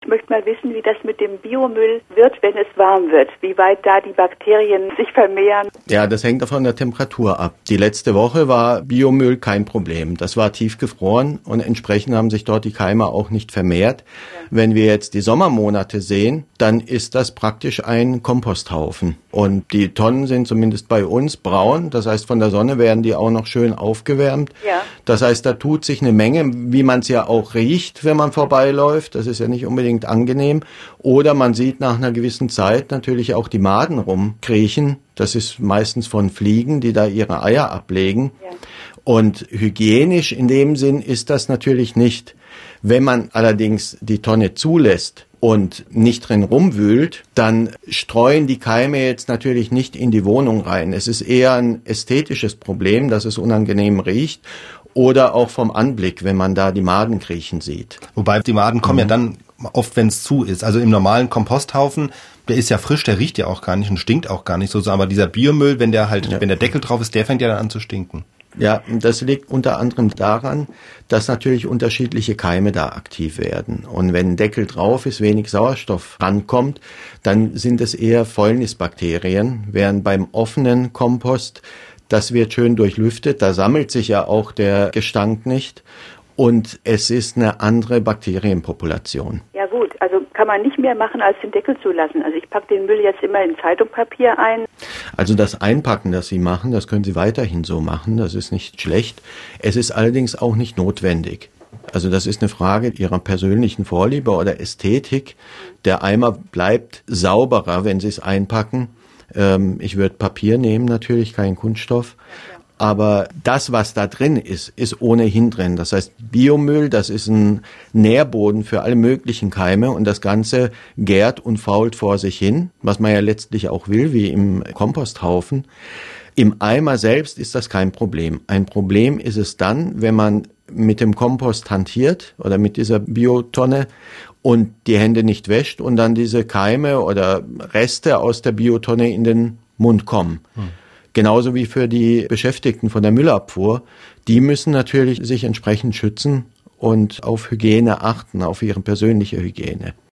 möchte mal wissen, wie das mit dem Biomüll wird, wenn es warm wird. Wie weit da die Bakterien sich vermehren. Ja, das hängt von der Temperatur ab. Die letzte Woche war Biomüll kein Problem. Das war tiefgefroren und entsprechend haben sich dort die Keime auch nicht vermehrt. Ja. Wenn wir jetzt die Sommermonate sehen, dann ist das praktisch ein Komposthaufen. Und die Tonnen sind zumindest bei uns braun. Das heißt, von der Sonne werden die auch noch schön aufgewärmt. Ja. Das heißt, da tut sich eine Menge, wie man es ja auch riecht, wenn man vorbeiläuft. Das ist ja nicht unbedingt angenehm. Oder man sieht nach einer gewissen Zeit natürlich auch die Maden rumkriechen. Das ist meistens von Fliegen, die da ihre Eier ablegen. Ja. Und hygienisch in dem Sinn ist das natürlich nicht. Wenn man allerdings die Tonne zulässt und nicht drin rumwühlt, dann streuen die Keime jetzt natürlich nicht in die Wohnung rein. Es ist eher ein ästhetisches Problem, dass es unangenehm riecht. Oder auch vom Anblick, wenn man da die Maden kriechen sieht. Wobei die Maden kommen ja dann oft, wenn es zu ist. Also im normalen Komposthaufen, der ist ja frisch, der riecht ja auch gar nicht und stinkt auch gar nicht so. Aber dieser Biomüll, wenn der Deckel drauf ist, der fängt ja dann an zu stinken. Ja, das liegt unter anderem daran, dass natürlich unterschiedliche Keime da aktiv werden. Und wenn ein Deckel drauf ist, wenig Sauerstoff rankommt, dann sind es eher Fäulnisbakterien, während beim offenen Kompost, das wird schön durchlüftet, da sammelt sich ja auch der Gestank nicht und es ist eine andere Bakterienpopulation. Ja gut, also kann man nicht mehr machen, als den Deckel zu lassen. Also ich packe den Müll jetzt immer in Zeitungspapier ein. Also das Einpacken, das Sie machen, das können Sie weiterhin so machen, das ist nicht schlecht. Es ist allerdings auch nicht notwendig. Also das ist eine Frage Ihrer persönlichen Vorliebe oder Ästhetik. Der Eimer bleibt sauberer, wenn Sie es einpacken. Ich würde Papier nehmen, natürlich kein Kunststoff. Aber das, was da drin ist, ist ohnehin drin. Das heißt, Biomüll, das ist ein Nährboden für alle möglichen Keime und das Ganze gärt und fault vor sich hin, was man ja letztlich auch will, wie im Komposthaufen. Im Eimer selbst ist das kein Problem. Ein Problem ist es dann, wenn man mit dem Kompost hantiert oder mit dieser Biotonne und die Hände nicht wäscht und dann diese Keime oder Reste aus der Biotonne in den Mund kommen. Genauso wie für die Beschäftigten von der Müllabfuhr. Die müssen natürlich sich entsprechend schützen und auf Hygiene achten, auf ihre persönliche Hygiene.